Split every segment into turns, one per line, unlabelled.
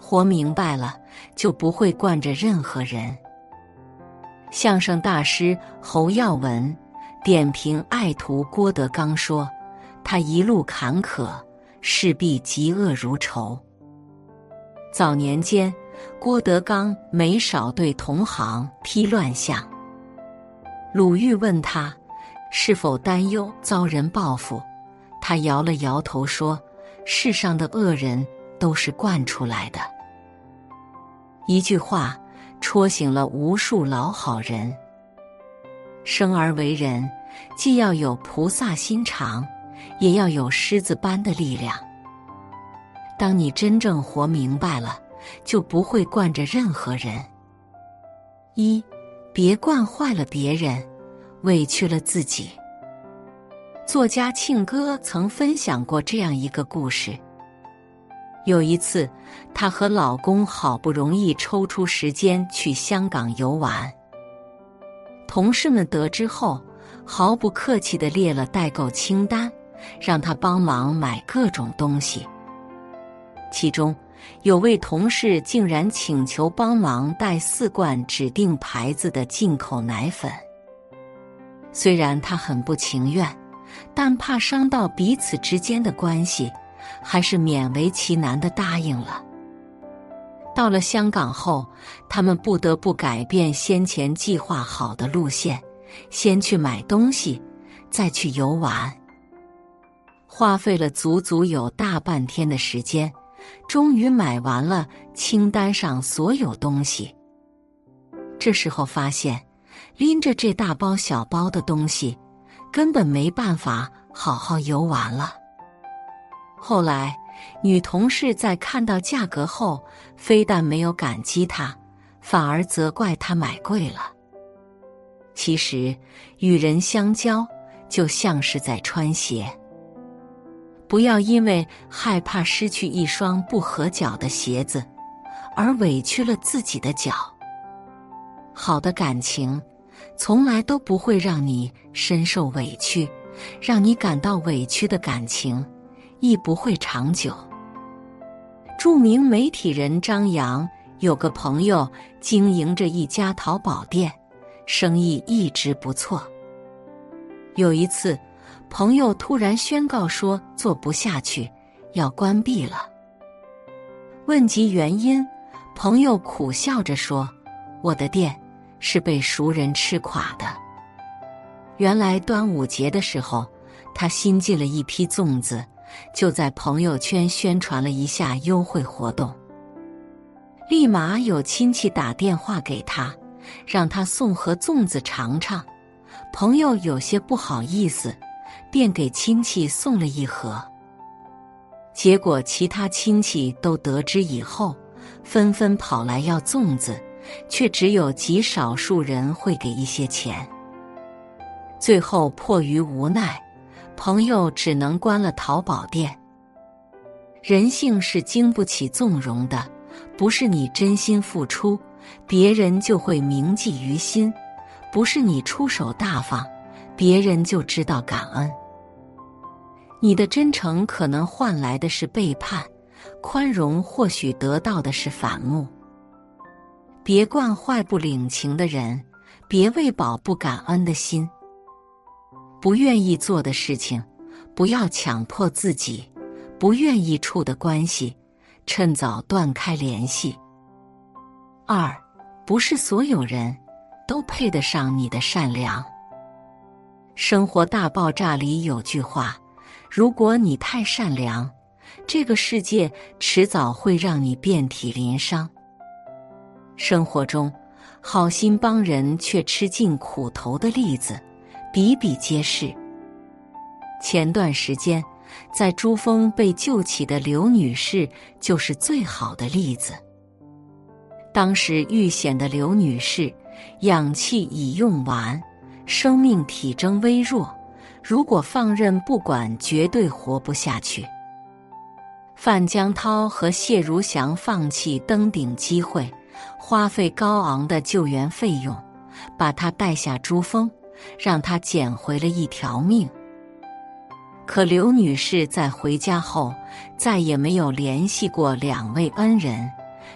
活明白了，就不会惯着任何人。相声大师侯耀文点评爱徒郭德纲说，他一路坎坷，势必嫉恶如仇。早年间，郭德纲没少对同行批乱象。鲁豫问他是否担忧遭人报复，他摇了摇头说，世上的恶人都是惯出来的。一句话戳醒了无数老好人。生而为人，既要有菩萨心肠，也要有狮子般的力量。当你真正活明白了，就不会惯着任何人。一，别惯坏了别人，委屈了自己。作家庆歌曾分享过这样一个故事。有一次，她和老公好不容易抽出时间去香港游玩，同事们得知后，毫不客气地列了代购清单，让她帮忙买各种东西。其中有位同事竟然请求帮忙带4罐指定牌子的进口奶粉。虽然她很不情愿，但怕伤到彼此之间的关系，还是勉为其难地答应了。到了香港后，他们不得不改变先前计划好的路线，先去买东西，再去游玩。花费了足足有大半天的时间，终于买完了清单上所有东西。这时候发现，拎着这大包小包的东西，根本没办法好好游玩了。后来，女同事在看到价格后，非但没有感激她，反而责怪她买贵了。其实，与人相交，就像是在穿鞋。不要因为害怕失去一双不合脚的鞋子，而委屈了自己的脚。好的感情，从来都不会让你深受委屈，让你感到委屈的感情，亦不会长久。著名媒体人张扬有个朋友经营着一家淘宝店，生意一直不错。有一次，朋友突然宣告说做不下去，要关闭了。问及原因，朋友苦笑着说，我的店是被熟人吃垮的。原来端午节的时候，他新进了一批粽子，就在朋友圈宣传了一下优惠活动。立马有亲戚打电话给他，让他送盒粽子尝尝。朋友有些不好意思，便给亲戚送了一盒。结果其他亲戚都得知以后，纷纷跑来要粽子，却只有极少数人会给一些钱。最后迫于无奈，朋友只能关了淘宝店。人性是经不起纵容的，不是你真心付出，别人就会铭记于心；不是你出手大方，别人就知道感恩。你的真诚可能换来的是背叛，宽容或许得到的是反目。别惯坏不领情的人，别喂饱不感恩的心。不愿意做的事情，不要强迫自己；不愿意处的关系，趁早断开联系。二，不是所有人都配得上你的善良。生活大爆炸里有句话，如果你太善良，这个世界迟早会让你遍体鳞伤。生活中，好心帮人却吃尽苦头的例子比比皆是。前段时间，在珠峰被救起的刘女士就是最好的例子。当时遇险的刘女士，氧气已用完，生命体征微弱，如果放任不管，绝对活不下去。范江涛和谢如祥放弃登顶机会，花费高昂的救援费用，把她带下珠峰，让她捡回了一条命。可刘女士在回家后，再也没有联系过两位恩人，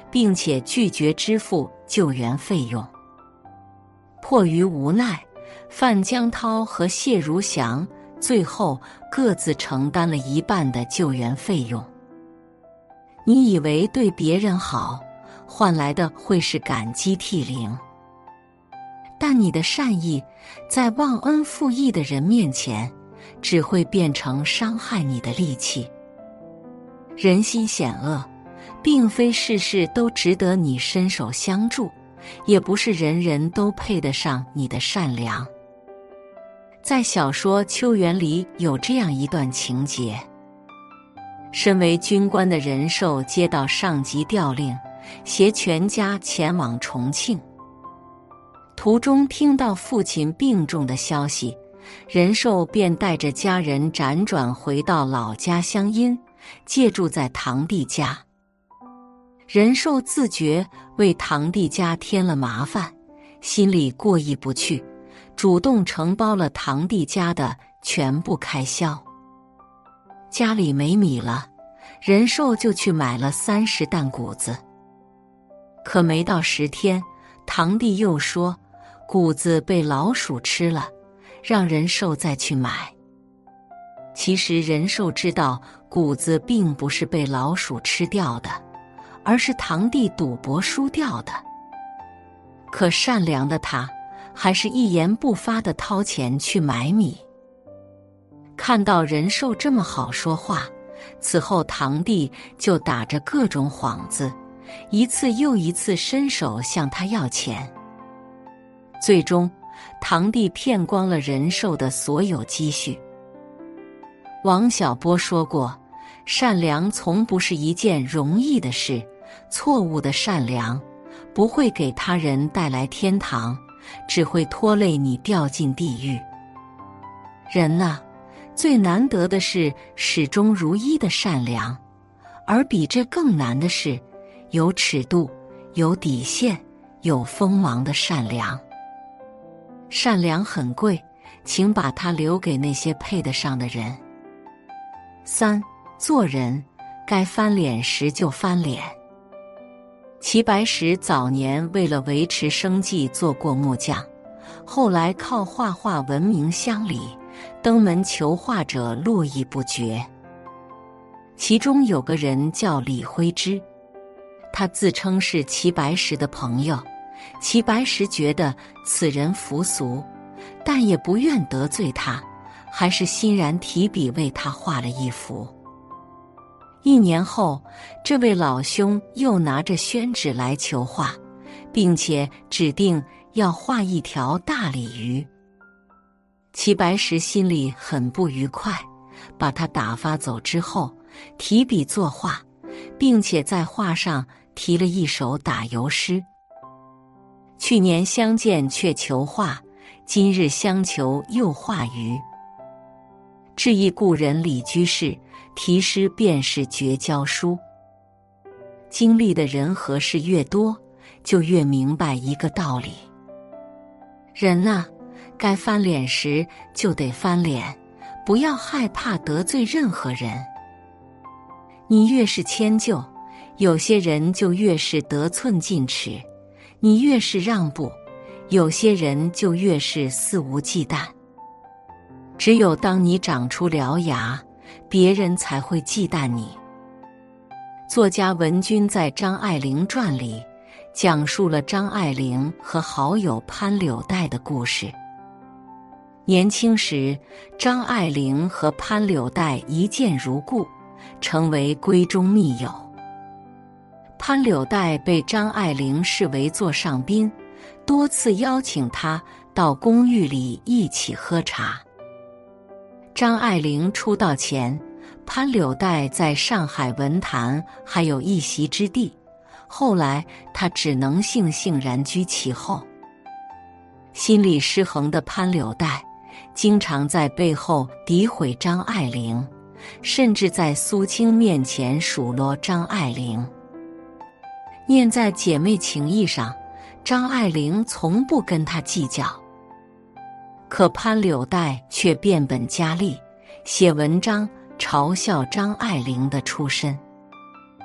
并且拒绝支付救援费用。迫于无奈，范江涛和谢如祥最后各自承担了一半的救援费用。你以为对别人好，换来的会是感激涕零，但你的善意在忘恩负义的人面前，只会变成伤害你的利器。人心险恶，并非事事都值得你伸手相助，也不是人人都配得上你的善良。在小说《秋园》里有这样一段情节：身为军官的仁寿接到上级调令，携全家前往重庆。途中听到父亲病重的消息，仁寿便带着家人辗转回到老家湘阴，借住在堂弟家。仁寿自觉为堂弟家添了麻烦，心里过意不去，主动承包了堂弟家的全部开销。家里没米了，仁寿就去买了30担谷子。可没到10天，堂弟又说谷子被老鼠吃了，让仁寿再去买。其实仁寿知道谷子并不是被老鼠吃掉的，而是堂弟赌博输掉的。可善良的他还是一言不发地掏钱去买米。看到仁寿这么好说话，此后堂弟就打着各种幌子，一次又一次伸手向他要钱。最终堂弟骗光了仁寿的所有积蓄。王小波说过，善良从不是一件容易的事，错误的善良不会给他人带来天堂，只会拖累你掉进地狱。人啊，最难得的是始终如一的善良，而比这更难的是有尺度、有底线、有锋芒的善良。善良很贵，请把它留给那些配得上的人。3. 做人该翻脸时就翻脸。齐白石早年为了维持生计做过木匠，后来靠画画闻名乡里，登门求画者络绎不绝。其中有个人叫李辉之，他自称是齐白石的朋友。齐白石觉得此人浮俗，但也不愿得罪他，还是欣然提笔为他画了一幅。1年后，这位老兄又拿着宣纸来求画，并且指定要画一条大鲤鱼。齐白石心里很不愉快，把他打发走之后，提笔作画，并且在画上题了一首打油诗：去年相见却求画，今日相求又画鱼。致意故人李居士，题诗便是绝交书。经历的人和事越多，就越明白一个道理：人啊，该翻脸时就得翻脸，不要害怕得罪任何人。你越是迁就，有些人就越是得寸进尺；你越是让步，有些人就越是肆无忌惮。只有当你长出獠牙，别人才会忌惮你。作家文君在《张爱玲传》里讲述了张爱玲和好友潘柳带的故事。年轻时，张爱玲和潘柳带一见如故，成为闺中密友。潘柳带被张爱玲视为座上宾，多次邀请他到公寓里一起喝茶。张爱玲出道前，潘柳带在上海文坛还有一席之地，后来他只能悻然居其后。心理失衡的潘柳带经常在背后诋毁张爱玲，甚至在苏青面前数落张爱玲。念在姐妹情谊上，张爱玲从不跟他计较。可潘柳带却变本加厉，写文章嘲笑张爱玲的出身。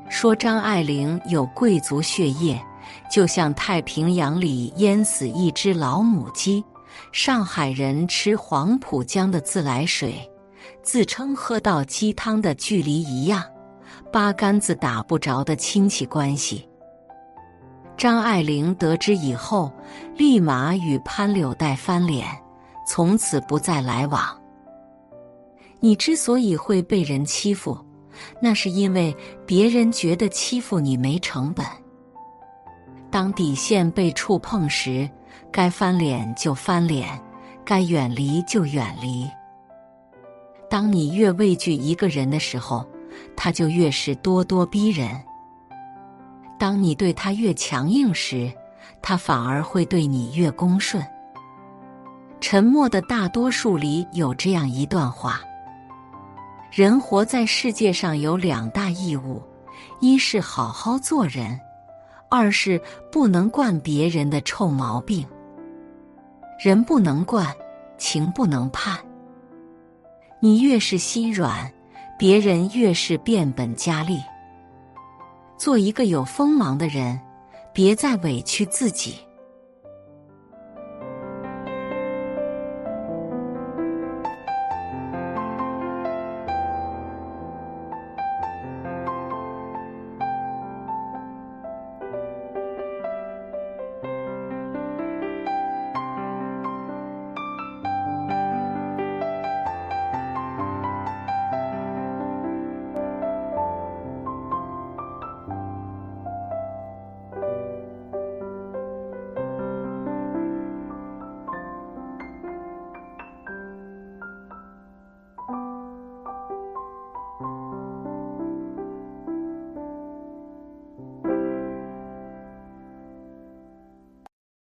说张爱玲有贵族血液，就像太平洋里淹死一只老母鸡，上海人吃黄浦江的自来水，自称喝到鸡汤的距离一样，八竿子打不着的亲戚关系。张爱玲得知以后，立马与潘柳带翻脸，从此不再来往。你之所以会被人欺负，那是因为别人觉得欺负你没成本。当底线被触碰时，该翻脸就翻脸，该远离就远离。当你越畏惧一个人的时候，他就越是咄咄逼人。当你对他越强硬时，他反而会对你越恭顺。沉默的大多数里有这样一段话：人活在世界上有两大义务，一是好好做人，二是不能惯别人的臭毛病。人不能惯，情不能叛。你越是心软，别人越是变本加厉。做一个有锋芒的人，别再委屈自己。